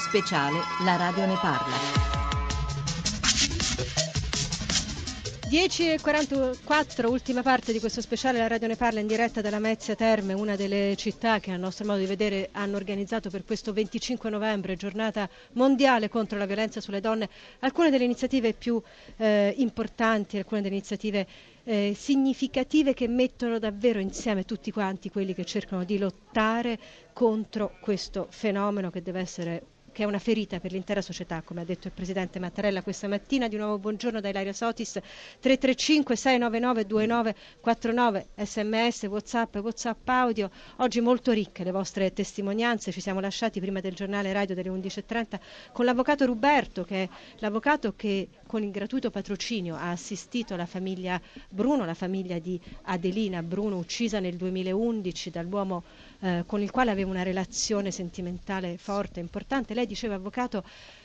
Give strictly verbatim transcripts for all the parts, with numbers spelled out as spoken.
Speciale La Radio ne parla. dieci e quarantaquattro, ultima parte di questo speciale La Radio ne parla in diretta dalla Mezzia Terme, una delle città che a nostro modo di vedere hanno organizzato per questo venticinque novembre, giornata mondiale contro la violenza sulle donne, alcune delle iniziative più eh, importanti, alcune delle iniziative eh, significative che mettono davvero insieme tutti quanti quelli che cercano di lottare contro questo fenomeno che deve essere che è una ferita per l'intera società, come ha detto il Presidente Mattarella questa mattina. Di nuovo buongiorno da Ilaria Sotis, tre tre cinque sei nove nove due nove quattro nove, sms, whatsapp, whatsapp audio. Oggi molto ricche le vostre testimonianze, ci siamo lasciati prima del giornale radio delle undici e trenta con l'avvocato Ruberto, che è l'avvocato che con il gratuito patrocinio ha assistito la famiglia Bruno, la famiglia di Adelina Bruno, uccisa nel duemilaundici dall'uomo eh, con il quale aveva una relazione sentimentale forte, importante. Lei diceva, avvocato,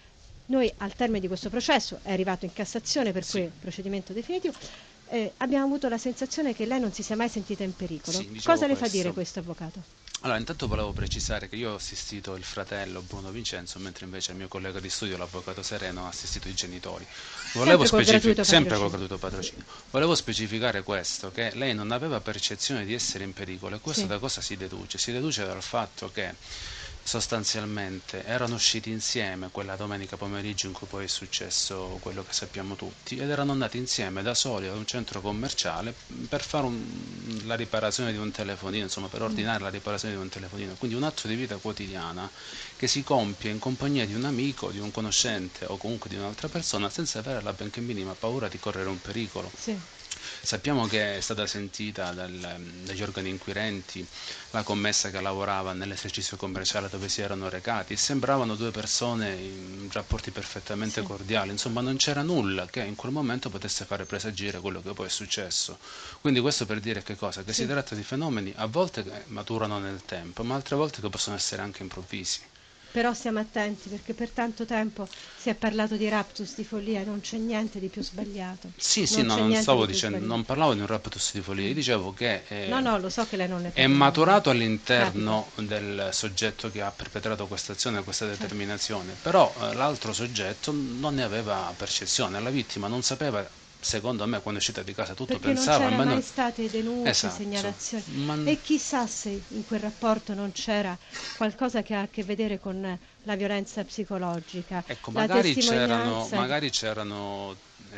noi al termine di questo processo, è arrivato in Cassazione per sì. cui procedimento definitivo, eh, abbiamo avuto la sensazione che lei non si sia mai sentita in pericolo. Sì, cosa le questo. fa dire questo avvocato? Allora, intanto volevo precisare che io ho assistito il fratello Bruno Vincenzo, mentre invece il mio collega di studio, l'avvocato Sereno, ha assistito i genitori. Volevo sempre, specific- col sempre col gratuito patrocinio. Volevo specificare questo, che lei non aveva percezione di essere in pericolo, e questo sì. da cosa si deduce? Si deduce dal fatto che sostanzialmente erano usciti insieme quella domenica pomeriggio in cui poi è successo quello che sappiamo tutti, ed erano andati insieme da soli ad un centro commerciale per fare un, la riparazione di un telefonino, insomma per ordinare la riparazione di un telefonino, quindi un atto di vita quotidiana che si compie in compagnia di un amico, di un conoscente o comunque di un'altra persona, senza avere la benché minima paura di correre un pericolo. Sì. Sappiamo che è stata sentita dal, dagli organi inquirenti la commessa che lavorava nell'esercizio commerciale dove si erano recati, sembravano due persone in rapporti perfettamente sì. cordiali, insomma non c'era nulla che in quel momento potesse fare presagire quello che poi è successo. Quindi questo per dire che cosa? Che sì. si tratta di fenomeni a volte che maturano nel tempo, ma altre volte che possono essere anche improvvisi. Però stiamo attenti, perché per tanto tempo si è parlato di raptus di follia, non c'è niente di più sbagliato. Sì, non sì, no, non stavo dicendo, non parlavo di un raptus di follia, io dicevo che eh, no, no, lo so che lei non ne è maturato all'interno Capito. del soggetto che ha perpetrato questa azione, questa determinazione, però eh, l'altro soggetto non ne aveva percezione, la vittima non sapeva. Secondo me quando è uscita di casa tutto perché pensava non c'erano almeno... mai state denunce, esatto. segnalazioni Ma... e chissà se in quel rapporto non c'era qualcosa che ha a che vedere con la violenza psicologica. Ecco, la magari testimonianza... c'erano, magari c'erano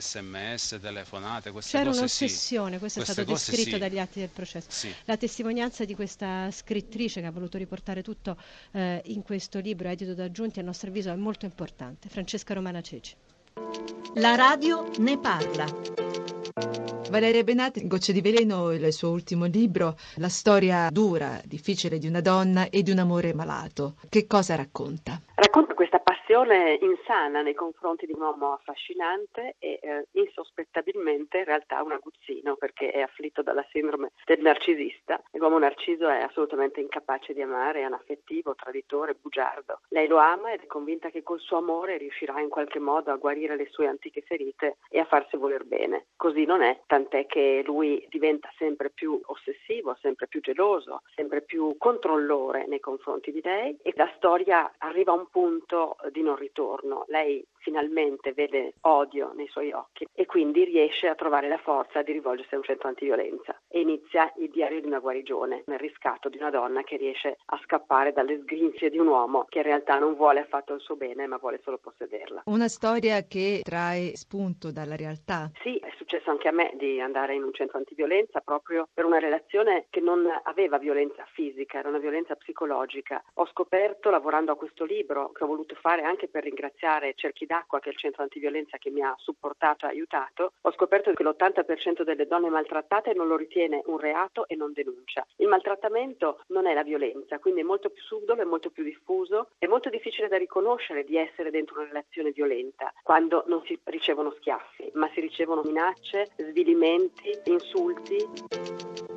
sms, telefonate, queste c'era cose un'ossessione, sì. questo queste è stato descritto sì. dagli atti del processo. Sì. La testimonianza di questa scrittrice che ha voluto riportare tutto eh, in questo libro edito da Giunti, a nostro avviso è molto importante. Francesca Romana Ceci. La radio ne parla. Valeria Benati, Gocce di veleno, il suo ultimo libro, la storia dura, difficile di una donna e di un amore malato. Che cosa racconta? Racconta questa passione insana nei confronti di un uomo affascinante e eh, insospettabilmente in realtà un aguzzino, perché è afflitto dalla sindrome del narcisista. L'uomo narciso è assolutamente incapace di amare, è anaffettivo, traditore, bugiardo. Lei lo ama ed è convinta che col suo amore riuscirà in qualche modo a guarire le sue antiche ferite e a farsi voler bene. Così non è, tant'è che lui diventa sempre più ossessivo, sempre più geloso, sempre più controllore nei confronti di lei, e la storia arriva a un punto di non ritorno. Lei finalmente vede odio nei suoi occhi e quindi riesce a trovare la forza di rivolgersi a un centro antiviolenza e inizia il diario di una guarigione, nel riscatto di una donna che riesce a scappare dalle sgrinzie di un uomo che in realtà non vuole affatto il suo bene, ma vuole solo possederla. Una storia che trae spunto dalla realtà. Sì, è successo anche a me di andare in un centro antiviolenza proprio per una relazione che non aveva violenza fisica, era una violenza psicologica. Ho scoperto, lavorando a questo libro, che ho voluto fare anche per ringraziare Cerchi d'Acqua, che è il centro antiviolenza che mi ha supportato e aiutato, ho scoperto che l'ottanta per cento delle donne maltrattate non lo ritiene un reato e non denuncia. Il maltrattamento non è la violenza, quindi è molto più subdolo, è molto più diffuso, è molto difficile da riconoscere di essere dentro una relazione violenta quando non si ricevono schiaffi, ma si ricevono minacce, svilimenti, insulti.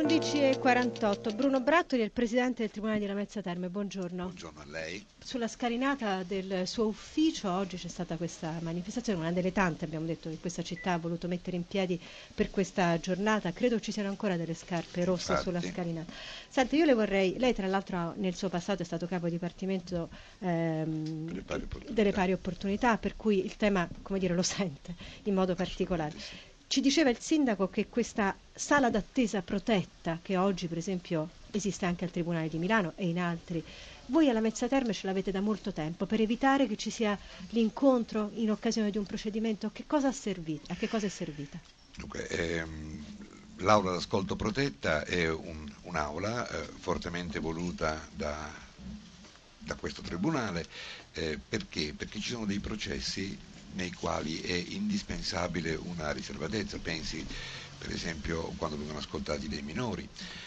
undici e quarantotto. Bruno Brattoli è il presidente del Tribunale di Lamezia Terme. Buongiorno. Buongiorno a lei. Sulla scalinata del suo ufficio oggi c'è stata questa manifestazione, una delle tante, abbiamo detto, che questa città ha voluto mettere in piedi per questa giornata. Credo ci siano ancora delle scarpe rosse Infatti. sulla scalinata. Senta, io le vorrei, lei tra l'altro nel suo passato è stato capo dipartimento ehm, Delle pari opportunità. delle pari opportunità, per cui il tema, come dire, lo sente in modo particolare. Sì. Ci diceva il sindaco che questa sala d'attesa protetta, che oggi per esempio esiste anche al Tribunale di Milano e in altri, voi alla Lamezia Terme ce l'avete da molto tempo per evitare che ci sia l'incontro in occasione di un procedimento. Che cosa ha servito? A che cosa è servita? Dunque, ehm, l'aula d'ascolto protetta è un, un'aula eh, fortemente voluta da, da questo Tribunale eh, perché? Perché ci sono dei processi nei quali è indispensabile una riservatezza. Pensi per esempio quando vengono ascoltati dei minori,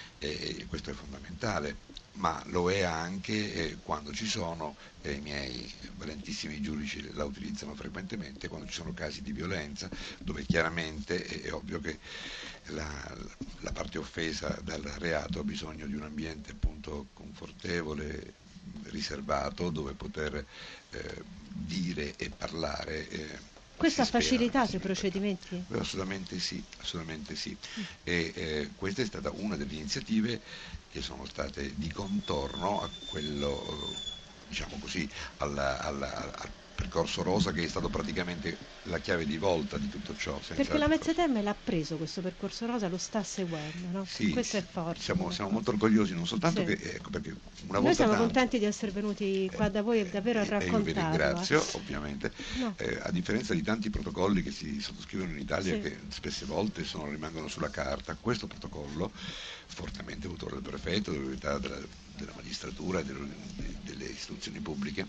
eh, questo è fondamentale, ma lo è anche eh, quando ci sono, eh, i miei valentissimi giudici la utilizzano frequentemente, quando ci sono casi di violenza, dove chiaramente è, è ovvio che la, la parte offesa dal reato ha bisogno di un ambiente appunto confortevole, riservato, dove poter eh, dire e parlare. Eh, Questo ha spera, facilitato i procedimenti? Assolutamente sì, assolutamente sì. E eh, questa è stata una delle iniziative che sono state di contorno a quello, eh, diciamo così, alla, alla, al percorso rosa, che è stato praticamente la chiave di volta di tutto ciò. Perché la Lamezia Terme l'ha preso questo percorso rosa, lo sta seguendo, no? Sì, questo è forte. Siamo, siamo molto orgogliosi, non soltanto Sì. che, ecco, perché una Noi volta siamo tanto, contenti di essere venuti qua da voi e davvero a e io vi raccontarlo. ringrazio, eh. ovviamente, No. eh, a differenza di tanti protocolli che si sottoscrivono in Italia, Sì. che spesse volte sono, rimangono sulla carta, questo protocollo, fortemente voluto dal prefetto, dell'autorità della, della magistratura e delle, delle istituzioni pubbliche,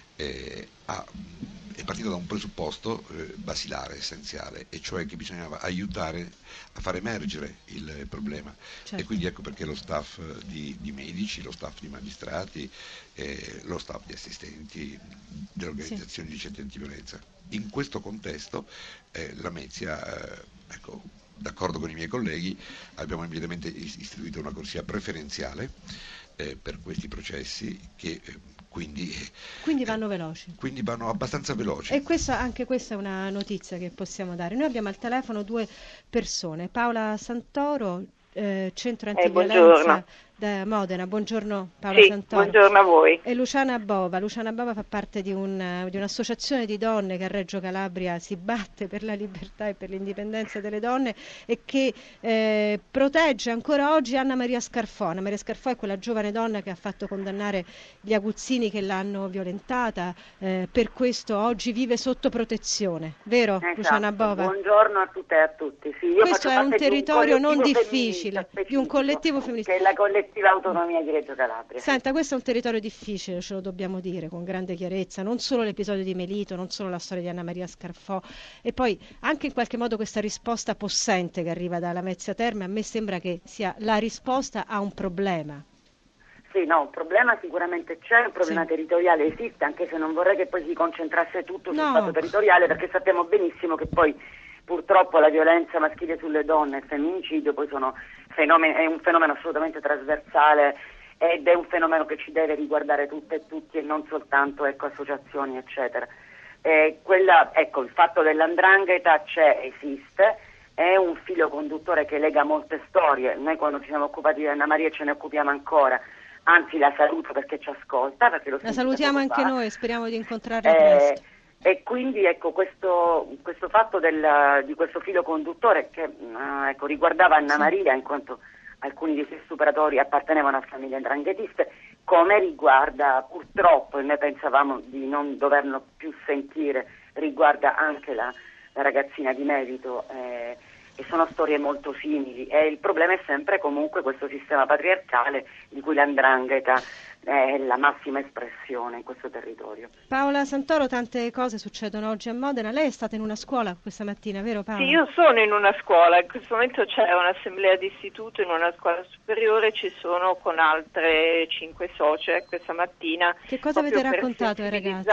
eh, ha, è partito da un presupposto eh, basilare, essenziale, e cioè che bisognava aiutare a far emergere il problema. Certo. E quindi ecco perché lo staff di, di medici, lo staff di magistrati, eh, lo staff di assistenti delle organizzazioni sì. di centri antiviolenza. In questo contesto eh, Lamezia, eh, ecco, d'accordo con i miei colleghi, abbiamo immediatamente istituito una corsia preferenziale eh, per questi processi che eh, quindi, quindi vanno eh, veloci. Quindi vanno abbastanza veloci. E questa, anche questa è una notizia che possiamo dare. Noi abbiamo al telefono due persone, Paola Santoro, eh, Centro Antiviolenza eh, da Modena. Buongiorno Paola sì, Santoro. Buongiorno a voi. E Luciana Bova. Luciana Bova fa parte di, un, di un'associazione di donne che a Reggio Calabria si batte per la libertà e per l'indipendenza delle donne e che eh, protegge ancora oggi Anna Maria Scarfò. Anna Maria Scarfò è quella giovane donna che ha fatto condannare gli aguzzini che l'hanno violentata, eh, per questo oggi vive sotto protezione, vero esatto. Luciana Bova? Buongiorno a tutte e a tutti. Sì, io questo è un territorio un non difficile, di un collettivo femminista. Che è la collettiva autonomia di Reggio Calabria. Senta, questo è un territorio difficile, ce lo dobbiamo dire con grande chiarezza, non solo l'episodio di Melito, non solo la storia di Anna Maria Scarfò, e poi anche in qualche modo questa risposta possente che arriva da Lamezia Terme, a me sembra che sia la risposta a un problema. Sì, no, un problema sicuramente c'è, un problema sì. territoriale esiste, anche se non vorrei che poi si concentrasse tutto sul no. fatto territoriale, perché sappiamo benissimo che poi purtroppo la violenza maschile sulle donne e il femminicidio poi sono fenomeni, è un fenomeno assolutamente trasversale ed è un fenomeno che ci deve riguardare tutte e tutti e non soltanto ecco, associazioni eccetera. Eh, quella, ecco, il fatto dell'andrangheta c'è, esiste, è un filo conduttore che lega molte storie. Noi quando ci siamo occupati di Anna Maria ce ne occupiamo ancora, anzi la saluto perché ci ascolta, perché lo la salutiamo anche fa. noi, speriamo di incontrarla eh, presto. E quindi ecco questo, questo fatto del, di questo filo conduttore che uh, ecco, riguardava Anna sì. Maria, in quanto alcuni dei suoi stupratori appartenevano a famiglie andranghetiste, come riguarda purtroppo, e noi pensavamo di non doverlo più sentire, riguarda anche la, la ragazzina di Melito, eh, e sono storie molto simili, e il problema è sempre comunque questo sistema patriarcale di cui l'andrangheta è la massima espressione in questo territorio. Paola Santoro, tante cose succedono oggi a Modena. Lei è stata in una scuola questa mattina, vero Paola? Sì, io sono in una scuola, in questo momento c'è un'assemblea di istituto in una scuola superiore, ci sono con altre cinque socie questa mattina. Che cosa avete raccontato ai ragazzi?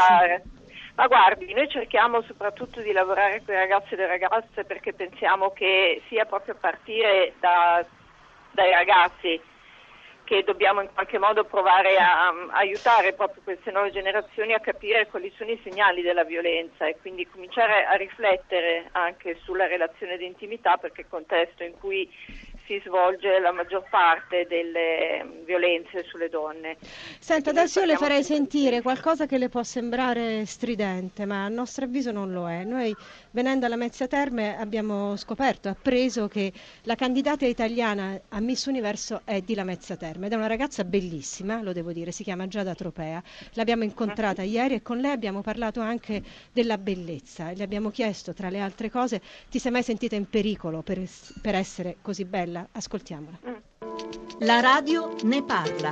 Ma guardi, noi cerchiamo soprattutto di lavorare con i ragazzi e le ragazze perché pensiamo che sia proprio a partire da dai ragazzi, che dobbiamo in qualche modo provare a, a aiutare proprio queste nuove generazioni a capire quali sono i segnali della violenza e quindi cominciare a riflettere anche sulla relazione di intimità, perché è il contesto in cui si svolge la maggior parte delle violenze sulle donne. Senta, adesso io le farei sentire qualcosa che le può sembrare stridente, ma a nostro avviso non lo è. Noi, venendo alla Mezzia Terme, abbiamo scoperto, appreso che la candidata italiana a Miss Universo è di Lamezia Terme ed è una ragazza bellissima, lo devo dire, si chiama Giada Tropea. L'abbiamo incontrata ieri e con lei abbiamo parlato anche della bellezza. Le abbiamo chiesto, tra le altre cose, ti sei mai sentita in pericolo per, per essere così bella? Ascoltiamola. La radio ne parla.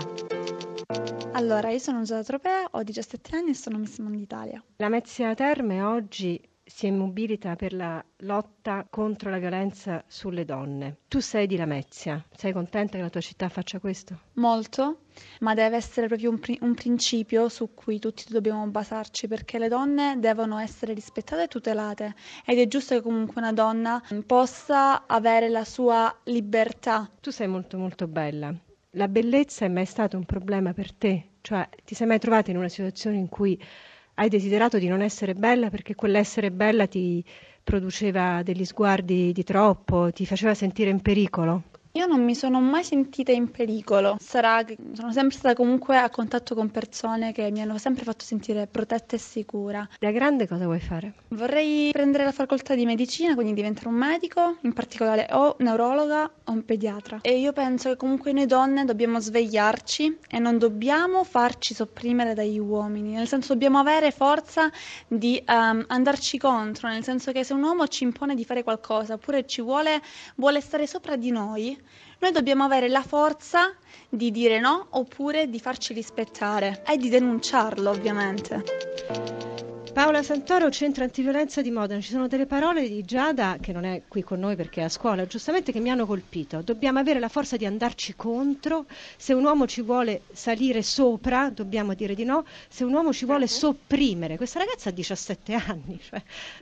Allora, io sono Giada Tropea, ho diciassette anni e sono Miss Mondo Italia. Lamezia Terme oggi si immobilita per la lotta contro la violenza sulle donne. Tu sei di Lamezia, sei contenta che la tua città faccia questo? Molto, ma deve essere proprio un, pri- un principio su cui tutti dobbiamo basarci, perché le donne devono essere rispettate e tutelate ed è giusto che comunque una donna possa avere la sua libertà. Tu sei molto molto bella. La bellezza è mai stato un problema per te? Cioè, ti sei mai trovata in una situazione in cui hai desiderato di non essere bella perché quell'essere bella ti produceva degli sguardi di troppo, ti faceva sentire in pericolo? Io non mi sono mai sentita in pericolo, sarà che sono sempre stata comunque a contatto con persone che mi hanno sempre fatto sentire protetta e sicura. Da grande cosa vuoi fare? Vorrei prendere la facoltà di medicina, quindi diventare un medico, in particolare o neurologa o un pediatra. E io penso che comunque noi donne dobbiamo svegliarci e non dobbiamo farci sopprimere dagli uomini, nel senso dobbiamo avere forza di um, andarci contro, nel senso che se un uomo ci impone di fare qualcosa oppure ci vuole, vuole stare sopra di noi, noi dobbiamo avere la forza di dire no oppure di farci rispettare e di denunciarlo, ovviamente. Paola Santoro, Centro Antiviolenza di Modena. Ci sono delle parole di Giada, che non è qui con noi perché è a scuola, giustamente, che mi hanno colpito. Dobbiamo avere la forza di andarci contro. Se un uomo ci vuole salire sopra, dobbiamo dire di no. Se un uomo ci vuole sopprimere. Questa ragazza ha diciassette anni, cioè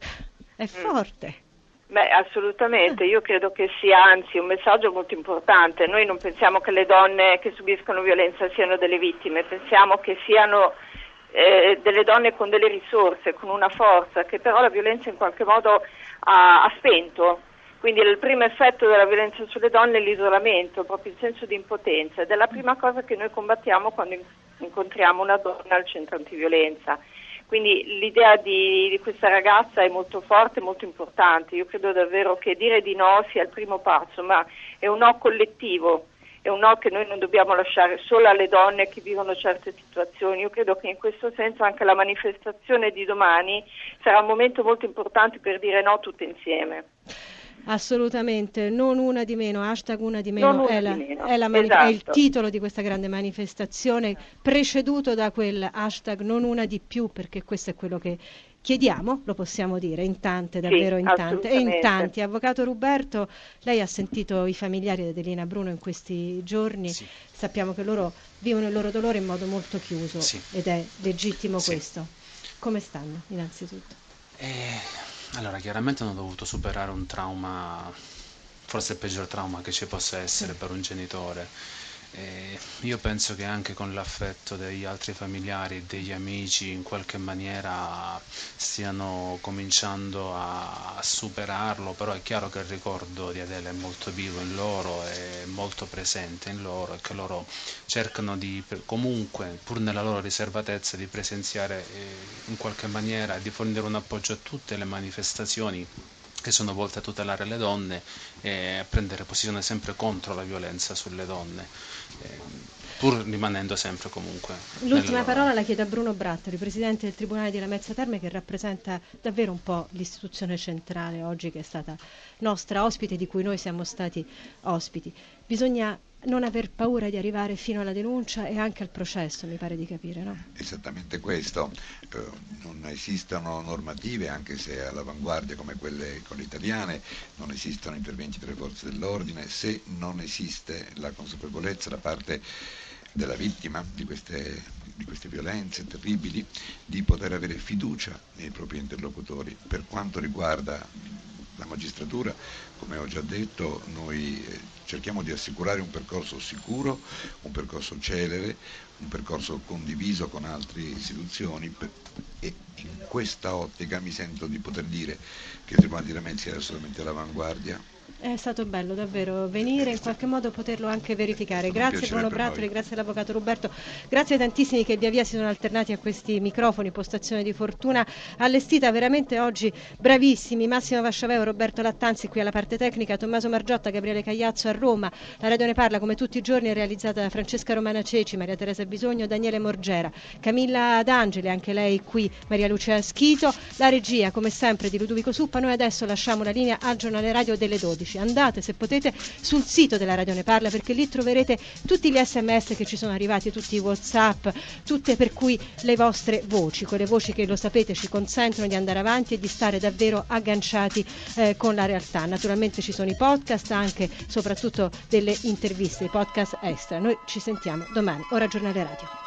è forte. Beh, assolutamente, io credo che sia anzi un messaggio molto importante. Noi non pensiamo che le donne che subiscono violenza siano delle vittime, pensiamo che siano eh, delle donne con delle risorse, con una forza, che però la violenza in qualche modo ha, ha spento. Quindi il primo effetto della violenza sulle donne è l'isolamento, proprio il senso di impotenza, ed è la prima cosa che noi combattiamo quando incontriamo una donna al centro antiviolenza. Quindi l'idea di, di questa ragazza è molto forte, molto importante. Io credo davvero che dire di no sia il primo passo, ma è un no collettivo, è un no che noi non dobbiamo lasciare solo alle donne che vivono certe situazioni. Io credo che in questo senso anche la manifestazione di domani sarà un momento molto importante per dire no tutte insieme. Assolutamente, non una di meno, hashtag una di meno, una è, la, di meno. È, la mani- Esatto. è il titolo di questa grande manifestazione, preceduto da quel hashtag non una di più, perché questo è quello che chiediamo, lo possiamo dire, in tante, davvero sì, in tante, e in tanti. Avvocato Ruberto, lei ha sentito i familiari di Adelina Bruno in questi giorni, sì. Sappiamo che loro vivono il loro dolore in modo molto chiuso, sì. Ed è legittimo sì. Questo. Come stanno, innanzitutto? Eh... Allora, chiaramente hanno dovuto superare un trauma, forse il peggior trauma che ci possa essere per un genitore. E io penso che anche con l'affetto degli altri familiari e degli amici in qualche maniera stiano cominciando a, a superarlo, però è chiaro che il ricordo di Adele è molto vivo in loro, è molto presente in loro e che loro cercano di comunque, pur nella loro riservatezza, di presenziare eh, in qualche maniera e di fornire un appoggio a tutte le manifestazioni che sono volte a tutelare le donne e a prendere posizione sempre contro la violenza sulle donne, eh, pur rimanendo sempre comunque. L'ultima loro... parola la chiedo a Bruno Brattoli, presidente del Tribunale di Lamezia Terme, che rappresenta davvero un po' l'istituzione centrale oggi, che è stata nostra ospite, di cui noi siamo stati ospiti. Bisogna non aver paura di arrivare fino alla denuncia e anche al processo, mi pare di capire, no? Esattamente questo. Eh, non esistono normative, anche se all'avanguardia come quelle, quelle italiane, non esistono interventi delle forze dell'ordine, se non esiste la consapevolezza da parte della vittima di queste, di queste violenze terribili di poter avere fiducia nei propri interlocutori. Per quanto riguarda la magistratura, come ho già detto, noi eh, cerchiamo di assicurare un percorso sicuro, un percorso celere, un percorso condiviso con altre istituzioni per, e in questa ottica mi sento di poter dire che il Tribunale di Lamezia è assolutamente all'avanguardia. È stato bello davvero venire, in qualche modo poterlo anche verificare. Grazie Bruno Brattoli, grazie all'avvocato Roberto, grazie ai tantissimi che via via si sono alternati a questi microfoni, postazione di fortuna allestita veramente oggi bravissimi, Massimo Vasciaveo, Roberto Lattanzi qui alla parte tecnica, Tommaso Margiotta, Gabriele Cagliazzo a Roma. La Radio Ne Parla come tutti i giorni è realizzata da Francesca Romana Ceci, Maria Teresa Bisogno, Daniele Morgera, Camilla D'Angeli, anche lei qui, Maria Lucia Schito, la regia come sempre di Ludovico Suppa. Noi adesso lasciamo la linea al giornale radio delle dodici. Andate se potete sul sito della Radio Ne Parla, perché lì troverete tutti gli sms che ci sono arrivati, tutti i WhatsApp, tutte per cui le vostre voci, quelle voci che lo sapete ci consentono di andare avanti e di stare davvero agganciati eh, con la realtà. Naturalmente ci sono i podcast, anche soprattutto delle interviste, i podcast extra. Noi ci sentiamo domani, ora giornale radio.